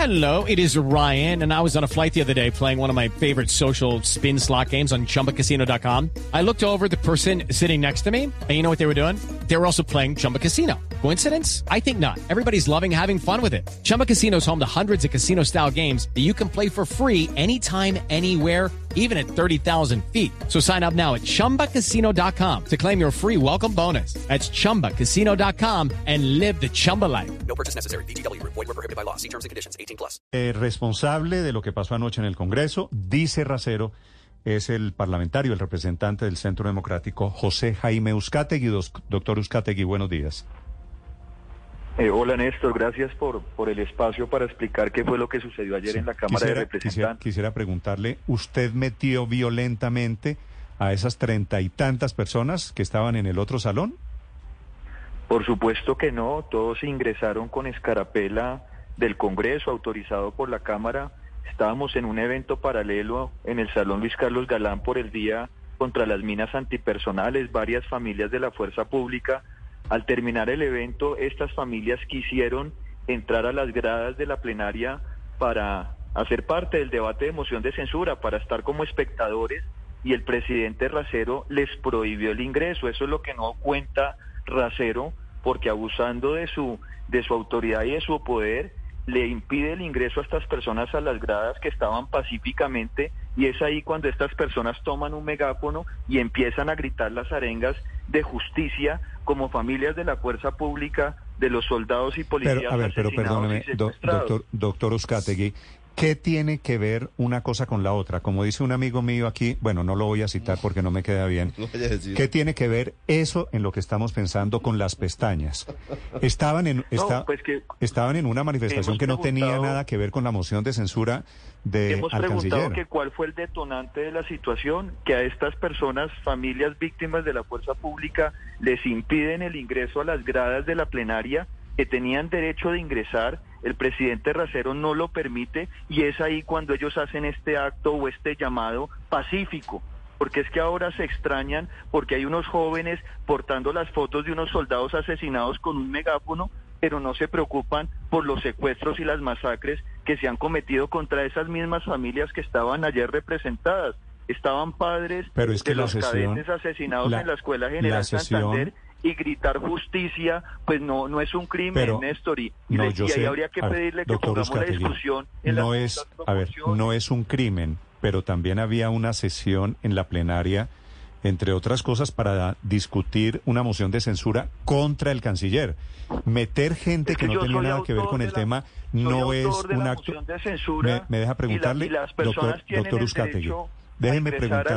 Hello, it is Ryan, and I was on a flight the other day playing one of my favorite social spin slot games on ChumbaCasino.com. I looked over at the person sitting next to me, and you know what they were doing? They were also playing Chumba Casino. Coincidence? I think not. Everybody's loving having fun with it. Chumba Casino is home to hundreds of casino-style games that you can play for free anytime, anywhere, even at 30,000 feet. So sign up now at ChumbaCasino.com to claim your free welcome bonus. That's ChumbaCasino.com and live the Chumba life. No purchase necessary. VGW. Void were prohibited by law. See terms and conditions. 18+. Responsable de lo que pasó anoche en el Congreso, dice Racero, es el parlamentario, el representante del Centro Democrático, José Jaime Uzcategui. Doctor Uzcategui, buenos días. Hola Néstor, gracias por el espacio para explicar qué fue lo que sucedió ayer en la Cámara de Representantes. Quisiera preguntarle, ¿usted metió violentamente a esas 30 y tantas personas que estaban en el otro salón? Por supuesto que no, todos ingresaron con escarapela del Congreso, autorizado por la Cámara. Estábamos en un evento paralelo en el Salón Luis Carlos Galán por el Día contra las Minas Antipersonales, varias familias de la Fuerza Pública. Al terminar el evento, estas familias quisieron entrar a las gradas de la plenaria para hacer parte del debate de moción de censura, para estar como espectadores, y el presidente Racero les prohibió el ingreso. Eso es lo que no cuenta Racero, porque abusando de su autoridad y de su poder, le impide el ingreso a estas personas a las gradas que estaban pacíficamente, y es ahí cuando estas personas toman un megáfono y empiezan a gritar las arengas de justicia como familias de la fuerza pública, de los soldados y policías pero perdóneme, doctor Uzcategui, ¿qué tiene que ver una cosa con la otra? Como dice un amigo mío aquí, bueno, no lo voy a citar porque no me queda bien. ¿Qué tiene que ver eso en lo que estamos pensando con las pestañas? Estaban en una manifestación que no tenía nada que ver con la moción de censura al canciller. Hemos preguntado que cuál fue el detonante de la situación, que a estas personas, familias víctimas de la fuerza pública, les impiden el ingreso a las gradas de la plenaria, que tenían derecho de ingresar. El presidente Racero no lo permite, y es ahí cuando ellos hacen este acto o este llamado pacífico, porque es que ahora se extrañan porque hay unos jóvenes portando las fotos de unos soldados asesinados con un megáfono, pero no se preocupan por los secuestros y las masacres que se han cometido contra esas mismas familias que estaban ayer representadas. Estaban padres de los cadetes asesinados en la Escuela General Santander, y gritar justicia, pues no es un crimen, pero, Néstor, y ahí habría que pedirle que pongamos la discusión en no es un crimen, pero también había una sesión en la plenaria, entre otras cosas, para discutir una moción de censura contra el canciller. Meter gente que no tenía nada que ver con el tema no es un acto de censura. Me deja preguntarle, y las personas doctor Uzcategui. Déjeme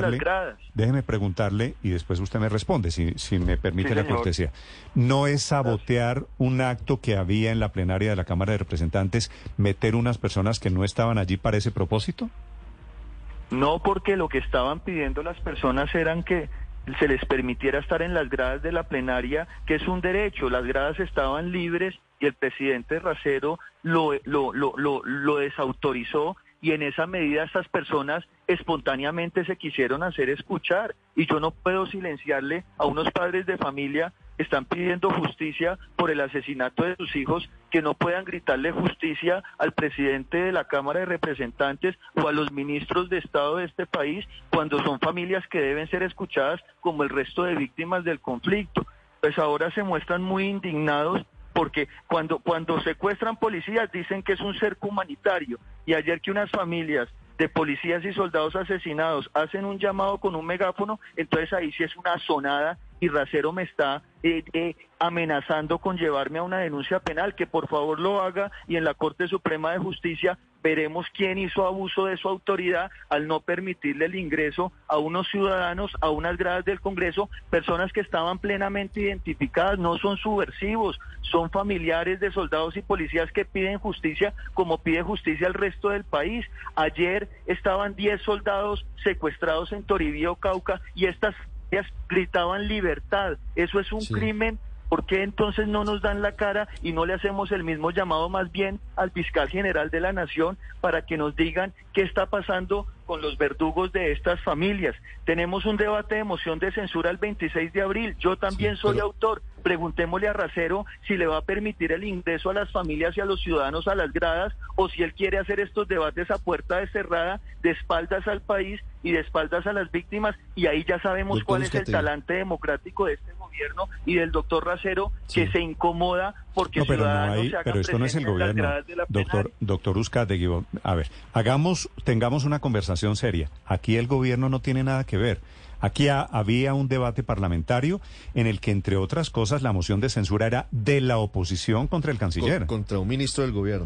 preguntarle y después usted me responde, si me permite la cortesía. ¿No es sabotear un acto que había en la plenaria de la Cámara de Representantes, meter unas personas que no estaban allí para ese propósito? No, porque lo que estaban pidiendo las personas eran que se les permitiera estar en las gradas de la plenaria, que es un derecho. Las gradas estaban libres y el presidente Racero lo desautorizó, y en esa medida estas personas espontáneamente se quisieron hacer escuchar, y yo no puedo silenciarle a unos padres de familia que están pidiendo justicia por el asesinato de sus hijos, que no puedan gritarle justicia al presidente de la Cámara de Representantes o a los ministros de Estado de este país, cuando son familias que deben ser escuchadas como el resto de víctimas del conflicto. Pues ahora se muestran muy indignados, porque cuando secuestran policías dicen que es un cerco humanitario, y ayer que unas familias de policías y soldados asesinados hacen un llamado con un megáfono, entonces ahí sí es una sonada, y Racero me está amenazando con llevarme a una denuncia penal, que por favor lo haga, y en la Corte Suprema de Justicia veremos quién hizo abuso de su autoridad al no permitirle el ingreso a unos ciudadanos a unas gradas del Congreso, personas que estaban plenamente identificadas, no son subversivos, son familiares de soldados y policías que piden justicia como pide justicia el resto del país. Ayer estaban 10 soldados secuestrados en Toribío, Cauca, y estas gritaban libertad. Eso es un crimen. ¿Por qué entonces no nos dan la cara y no le hacemos el mismo llamado más bien al fiscal general de la Nación para que nos digan qué está pasando con los verdugos de estas familias? Tenemos un debate de moción de censura el 26 de abril. Yo también soy autor. Preguntémosle a Racero si le va a permitir el ingreso a las familias y a los ciudadanos a las gradas, o si él quiere hacer estos debates a puerta cerrada, de espaldas al país y de espaldas a las víctimas, y ahí ya sabemos Doctor cuál es el Uzcategui. talante democrático de este gobierno y del doctor Racero, Sí. que se incomoda porque No, pero no ciudadanos hay, se hagan pero esto no es el presentes en las gobierno. gradas de la plenaria. Doctor Uzcategui, a ver, tengamos una conversación seria. Aquí el gobierno no tiene nada que ver. Aquí había un debate parlamentario en el que, entre otras cosas, la moción de censura era de la oposición contra el canciller. Contra un ministro del gobierno.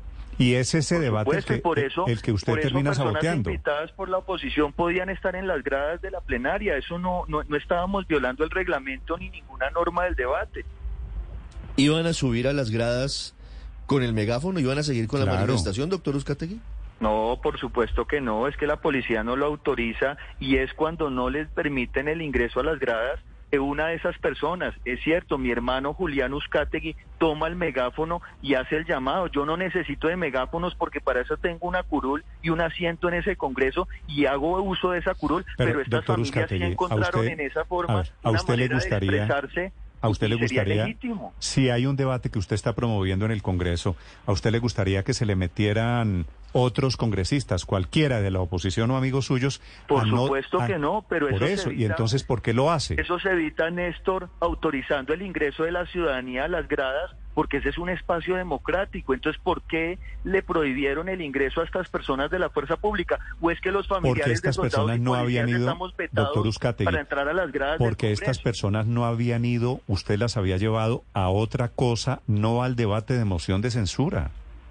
Y es ese Por debate supuesto, y por eso, el que usted por eso termina personas saboteando. invitadas por la oposición podían estar en las gradas de la plenaria. Eso no estábamos violando el reglamento ni ninguna norma del debate. ¿Iban a subir a las gradas con el megáfono? ¿Iban a seguir con la Claro. manifestación, doctor Uzcategui? No, por supuesto que no, es que la policía no lo autoriza y es cuando no les permiten el ingreso a las gradas de una de esas personas. Es cierto, mi hermano Julián Uzcategui toma el megáfono y hace el llamado. Yo no necesito de megáfonos porque para eso tengo una curul y un asiento en ese congreso y hago uso de esa curul, pero estas doctor familias sí Uzcategui, encontraron a usted- en esa a forma ver, ¿a una usted le manera gustaría- de expresarse. ¿A usted le y sería gustaría, legítimo. si hay un debate que usted está promoviendo en el Congreso, a usted le gustaría que se le metieran otros congresistas, cualquiera de la oposición o amigos suyos? Por supuesto que no, pero por eso se eso. ¿Y evita. entonces por qué lo hace? Eso se evita, Néstor, autorizando el ingreso de la ciudadanía a las gradas, porque ese es un espacio democrático. Entonces, ¿por qué le prohibieron el ingreso a estas personas de la fuerza pública? ¿O es que los Porque familiares de estas soldados personas y no policías habían ido, estamos vetados doctor Uzcategui, para entrar a las gradas del porque estas Congreso? personas no habían ido, usted las había llevado a otra cosa, no al debate de moción de censura.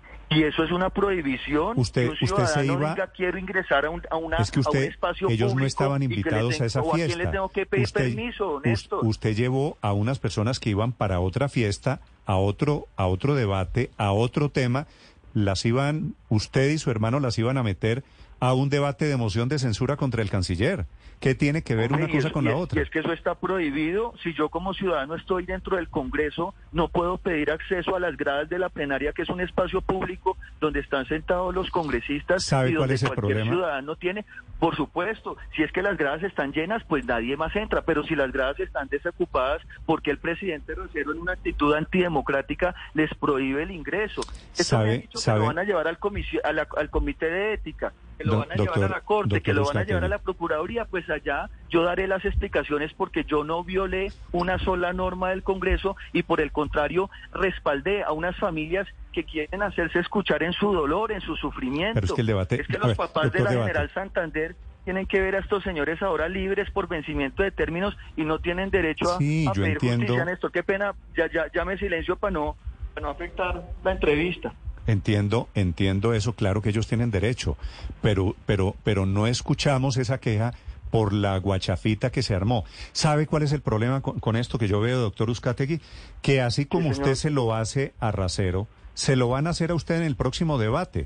Y eso es una prohibición. Usted- Que un usted se ciudadano iba- diga, quiero ingresar a un Es que a un usted, espacio ellos no público estaban y que le invitados a esa tengo- ¿o fiesta. ¿A quién le tengo que pedir permiso, Néstor? Usted llevó a unas personas que iban para otra fiesta, a otro debate, a otro tema, usted y su hermano las iban a meter a un debate de moción de censura contra el canciller. ¿Qué tiene que ver Hombre, una cosa con la y otra? es que eso está prohibido. Si yo como ciudadano estoy dentro del Congreso, no puedo pedir acceso a las gradas de la plenaria, que es un espacio público donde están sentados los congresistas. ¿Sabe y cuál donde es el cualquier problema? ciudadano tiene. Por supuesto, si es que las gradas están llenas, pues nadie más entra. Pero si las gradas están desocupadas, ¿por qué el presidente Rosero, en una actitud antidemocrática, les prohíbe el ingreso? Eso me han dicho que lo van a llevar al comité de ética, que lo van a llevar a la Corte, que lo van a llevar a la Procuraduría. Pues allá yo daré las explicaciones, porque yo no violé una sola norma del Congreso y por el contrario respaldé a unas familias que quieren hacerse escuchar en su dolor, en su sufrimiento. Pero es que el debate... Es que a los ver, papás de doctor la Debate. General Santander tienen que ver a estos señores ahora libres por vencimiento de términos y no tienen derecho a, Sí, a yo pedir entiendo. justicia, Néstor. Qué pena, ya me silencio para no afectar la entrevista. Entiendo eso, claro que ellos tienen derecho, pero no escuchamos esa queja por la guachafita que se armó. ¿Sabe cuál es el problema con esto que yo veo, doctor Uzcategui? Que así como Sí, señor. usted se lo hace a Racero, se lo van a hacer a usted en el próximo debate.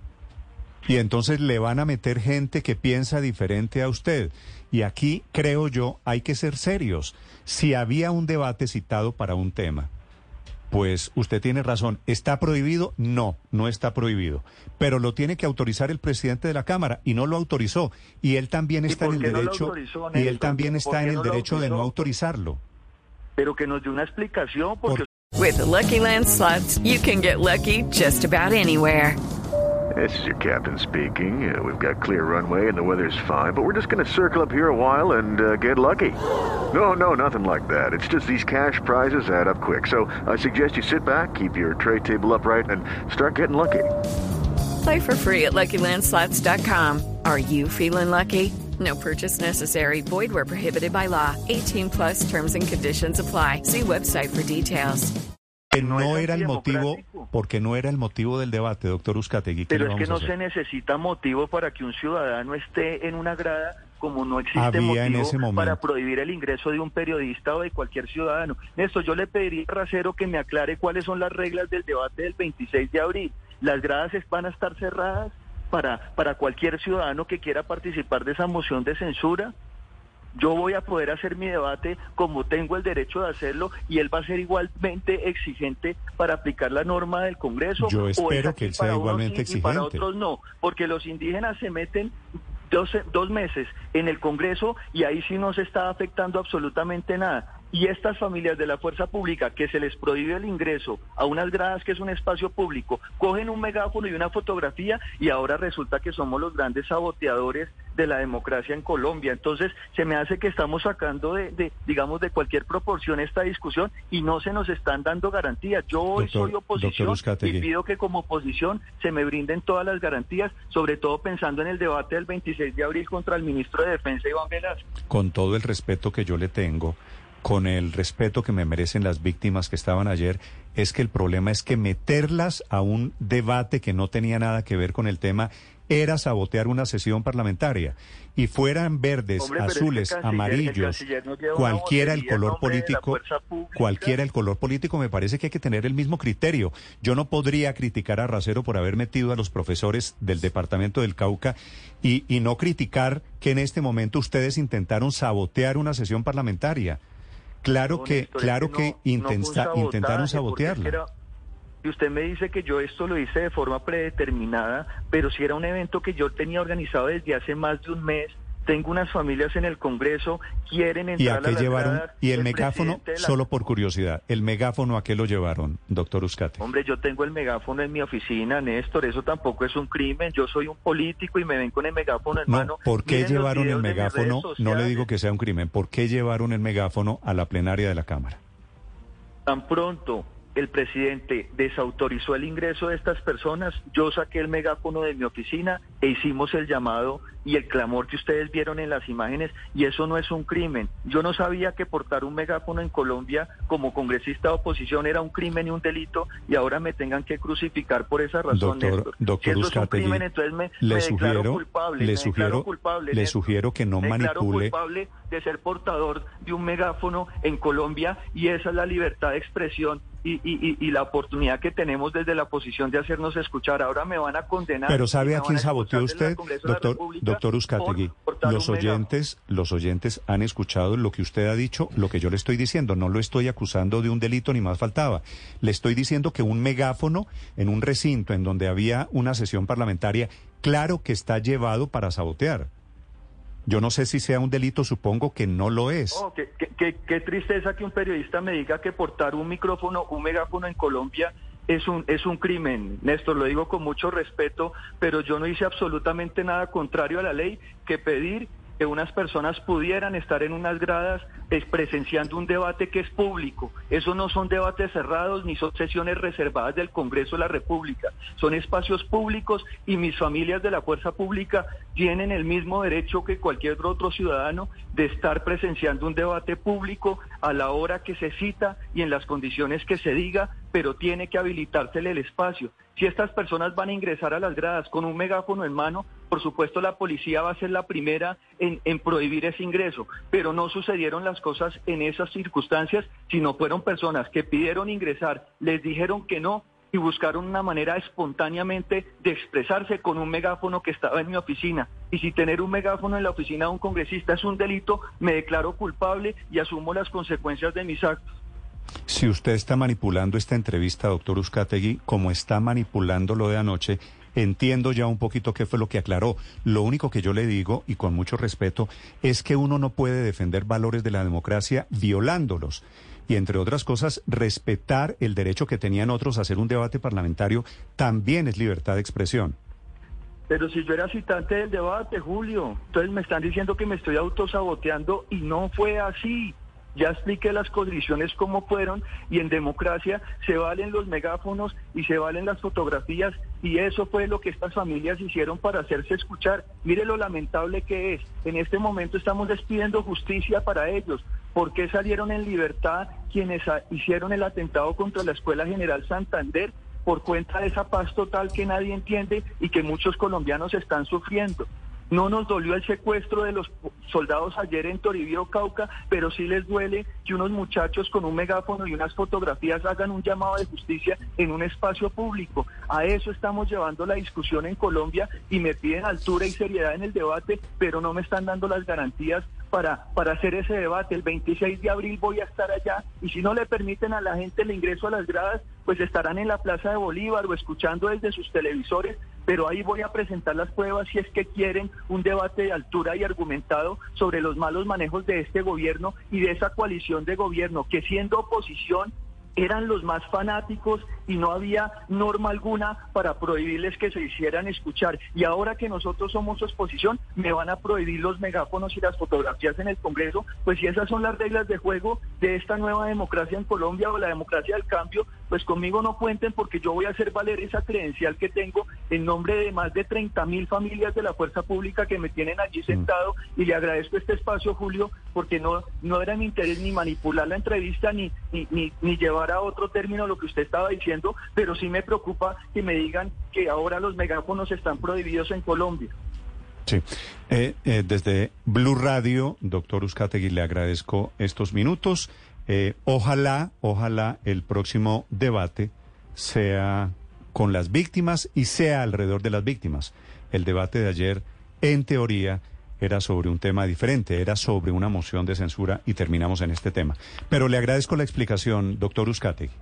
Y entonces le van a meter gente que piensa diferente a usted. Y aquí, creo yo, hay que ser serios. Si había un debate citado para un tema, pues usted tiene razón. ¿Está prohibido? No, no está prohibido. Pero lo tiene que autorizar el presidente de la Cámara y no lo autorizó. Y él también está en por el qué no lo derecho. autorizó, Y él Néstor? también ¿Por está qué en el no lo derecho de no autorizó? autorizarlo. Pero que nos dé una explicación, porque With the Lucky Land Slots, you can get lucky just about anywhere. This is your captain speaking. We've got clear runway and the weather's fine, but we're just going to circle up here a while and get lucky. No, nothing like that. It's just these cash prizes add up quick. So I suggest you sit back, keep your tray table upright, and start getting lucky. Play for free at LuckyLandSlots.com. Are you feeling lucky? No purchase necessary. Void where prohibited by law. 18 plus terms and conditions apply. See website for details. Que no no es era el motivo, antidemocrático. porque no era el motivo del debate, doctor Uzcategui. ¿Qué Pero le es que vamos no a se hacer? necesita motivo para que un ciudadano esté en una grada, como no existe Había en ese motivo momento. para prohibir el ingreso de un periodista o de cualquier ciudadano. Néstor, yo le pediría a Racero que me aclare cuáles son las reglas del debate del 26 de abril. ¿Las gradas van a estar cerradas para cualquier ciudadano que quiera participar de esa moción de censura? Yo voy a poder hacer mi debate como tengo el derecho de hacerlo y él va a ser igualmente exigente para aplicar la norma del Congreso. Yo ¿O es espero aquí que él sea para unos igualmente sí y para exigente. otros no? Porque los indígenas se meten 2 meses en el Congreso y ahí sí no se está afectando absolutamente nada. Y estas familias de la fuerza pública, que se les prohíbe el ingreso a unas gradas que es un espacio público, cogen un megáfono y una fotografía y ahora resulta que somos los grandes saboteadores de la democracia en Colombia. Entonces, se me hace que estamos sacando de cualquier proporción esta discusión y no se nos están dando garantías. Yo hoy soy oposición y pido que como oposición se me brinden todas las garantías, sobre todo pensando en el debate del 26 de abril contra el ministro de Defensa, Iván Velasco. Con todo el respeto que yo le tengo, con el respeto que me merecen las víctimas que estaban ayer, es que el problema es que meterlas a un debate que no tenía nada que ver con el tema era sabotear una sesión parlamentaria. Y fueran verdes, azules, amarillos, cualquiera el color político, me parece que hay que tener el mismo criterio. Yo no podría criticar a Racero por haber metido a los profesores del departamento del Cauca y no criticar que en este momento ustedes intentaron sabotear una sesión parlamentaria. Claro que intentaron sabotearla. Y usted me dice que yo esto lo hice de forma predeterminada, pero si era un evento que yo tenía organizado desde hace más de un mes. Tengo unas familias en el Congreso, quieren entrar a las gradas. ¿Y el megáfono, solo por curiosidad, el megáfono a qué lo llevaron, doctor Uzcategui? Hombre, yo tengo el megáfono en mi oficina, Néstor, eso tampoco es un crimen, yo soy un político y me ven con el megáfono en mano. ¿Por qué llevaron el megáfono? No le digo que sea un crimen, ¿por qué llevaron el megáfono a la plenaria de la Cámara? Tan pronto el presidente desautorizó el ingreso de estas personas, yo saqué el megáfono de mi oficina e hicimos el llamado y el clamor que ustedes vieron en las imágenes, y eso no es un crimen. Yo no sabía que portar un megáfono en Colombia como congresista de oposición era un crimen y un delito, y ahora me tengan que crucificar por esa razón. Doctor si eso es un crimen, entonces me declaro culpable. Le sugiero que no manipule. Me declaro culpable de ser portador de un megáfono en Colombia, y esa es la libertad de expresión y la oportunidad que tenemos desde la oposición de hacernos escuchar. Ahora me van a condenar. Pero ¿sabe a quién saboteó usted, doctor Uzcategui? Los oyentes han escuchado lo que usted ha dicho, lo que yo le estoy diciendo. No lo estoy acusando de un delito, ni más faltaba. Le estoy diciendo que un megáfono en un recinto en donde había una sesión parlamentaria, claro que está llevado para sabotear. Yo no sé si sea un delito, supongo que no lo es. Oh, qué tristeza que un periodista me diga que portar un micrófono, un megáfono en Colombia es un crimen. Néstor, lo digo con mucho respeto, pero yo no hice absolutamente nada contrario a la ley que pedir que unas personas pudieran estar en unas gradas presenciando un debate que es público. Eso no son debates cerrados ni son sesiones reservadas del Congreso de la República. Son espacios públicos y mis familias de la fuerza pública tienen el mismo derecho que cualquier otro ciudadano de estar presenciando un debate público a la hora que se cita y en las condiciones que se diga, pero tiene que habilitársele el espacio. Si estas personas van a ingresar a las gradas con un megáfono en mano, por supuesto la policía va a ser la primera en prohibir ese ingreso, pero no sucedieron las cosas en esas circunstancias, sino fueron personas que pidieron ingresar, les dijeron que no y buscaron una manera espontáneamente de expresarse con un megáfono que estaba en mi oficina. Y si tener un megáfono en la oficina de un congresista es un delito, me declaro culpable y asumo las consecuencias de mis actos. Si usted está manipulando esta entrevista, doctor Uzcategui, como está manipulando lo de anoche, entiendo ya un poquito qué fue lo que aclaró. Lo único que yo le digo, y con mucho respeto, es que uno no puede defender valores de la democracia violándolos. Y entre otras cosas, respetar el derecho que tenían otros a hacer un debate parlamentario también es libertad de expresión. Pero si yo era citante del debate, Julio, entonces me están diciendo que me estoy autosaboteando y no fue así. Ya expliqué las condiciones cómo fueron, y en democracia se valen los megáfonos y se valen las fotografías, y eso fue lo que estas familias hicieron para hacerse escuchar. Mire lo lamentable que es. En este momento estamos despidiendo justicia para ellos. ¿Por qué salieron en libertad quienes hicieron el atentado contra la Escuela General Santander? Por cuenta de esa paz total que nadie entiende y que muchos colombianos están sufriendo. No nos dolió el secuestro de los soldados ayer en Toribío, Cauca, pero sí les duele que unos muchachos con un megáfono y unas fotografías hagan un llamado de justicia en un espacio público. A eso estamos llevando la discusión en Colombia, y me piden altura y seriedad en el debate, pero no me están dando las garantías para hacer ese debate. El 26 de abril voy a estar allá, y si no le permiten a la gente el ingreso a las gradas, pues estarán en la Plaza de Bolívar o escuchando desde sus televisores, pero ahí voy a presentar las pruebas si es que quieren un debate de altura y argumentado sobre los malos manejos de este gobierno y de esa coalición de gobierno que siendo oposición eran los más fanáticos y no había norma alguna para prohibirles que se hicieran escuchar. Y ahora que nosotros somos oposición, me van a prohibir los megáfonos y las fotografías en el Congreso. Pues si esas son las reglas de juego de esta nueva democracia en Colombia o la democracia del cambio, pues conmigo no cuenten, porque yo voy a hacer valer esa credencial que tengo en nombre de más de 30.000 familias de la fuerza pública que me tienen allí sentado. Y le agradezco este espacio, Julio, porque no era mi interés ni manipular la entrevista ni llevar a otro término lo que usted estaba diciendo, pero sí me preocupa que me digan que ahora los megáfonos están prohibidos en Colombia. Sí. Desde Blue Radio, doctor Uzcategui, le agradezco estos minutos. Ojalá el próximo debate sea con las víctimas y sea alrededor de las víctimas. El debate de ayer, en teoría, era sobre un tema diferente, era sobre una moción de censura y terminamos en este tema. Pero le agradezco la explicación, doctor Uzcategui.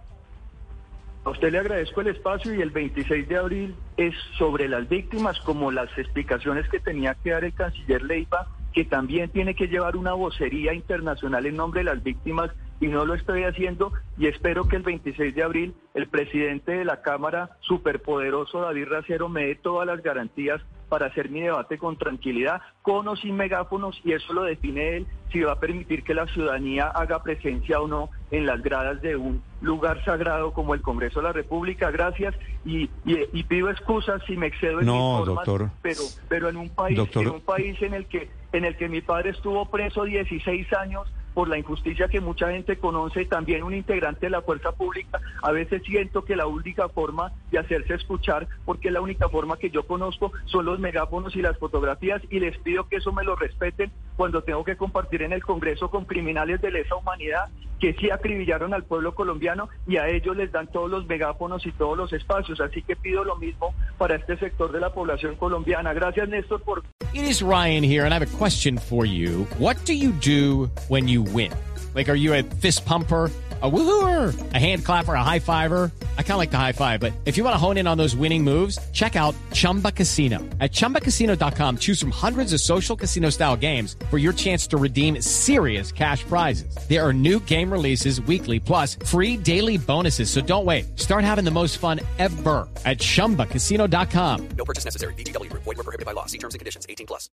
A usted le agradezco el espacio y el 26 de abril es sobre las víctimas, como las explicaciones que tenía que dar el canciller Leiva, que también tiene que llevar una vocería internacional en nombre de las víctimas y no lo estoy haciendo, y espero que el 26 de abril el presidente de la Cámara, superpoderoso David Racero, me dé todas las garantías para hacer mi debate con tranquilidad, con o sin megáfonos, y eso lo define él, si va a permitir que la ciudadanía haga presencia o no en las gradas de un lugar sagrado como el Congreso de la República. Gracias, y pido excusas si me excedo en mis formas, doctor, pero en un país, en el que mi padre estuvo preso 16 años por la injusticia que mucha gente conoce, también un integrante de la fuerza pública, a veces siento que la única forma de hacerse escuchar, porque la única forma que yo conozco son los megáfonos y las fotografías, y les pido que eso me lo respeten cuando tengo que compartir en el Congreso con criminales de lesa humanidad que sí acribillaron al pueblo colombiano, y a ellos les dan todos los megáfonos y todos los espacios. Así que pido lo mismo para este sector de la población colombiana. Gracias, Néstor, por... It is Ryan here, and I have a question for you. What do you do when you win? Like, are you a fist pumper, a woohooer, a hand clapper, a high fiver? I kind of like the high five, but if you want to hone in on those winning moves, check out Chumba Casino. At ChumbaCasino.com, choose from hundreds of social casino-style games for your chance to redeem serious cash prizes. There are new game releases weekly, plus free daily bonuses, so don't wait. Start having the most fun ever at ChumbaCasino.com. No purchase necessary. VGW Group. Void where prohibited by law. See terms and conditions. 18+.